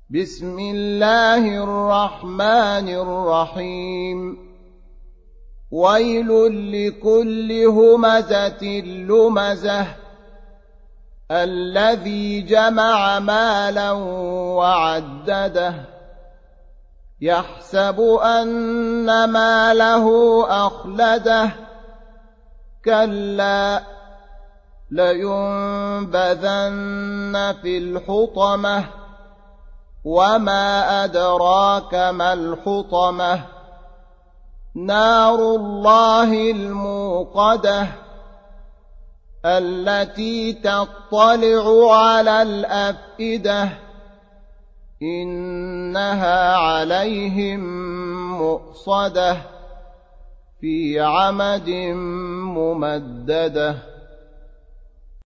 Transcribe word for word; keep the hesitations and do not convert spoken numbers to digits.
بسم الله الرحمن الرحيم ويل لكل همزة لمزة الذي جمع مالا وعدده يحسب أن ماله أخلده كلا لينبذن في الحطمة وما أدراك ما الحطمة نار الله الموقدة التي تطلع على الأفئدة إنها عليهم مؤصدة في عمد ممددة.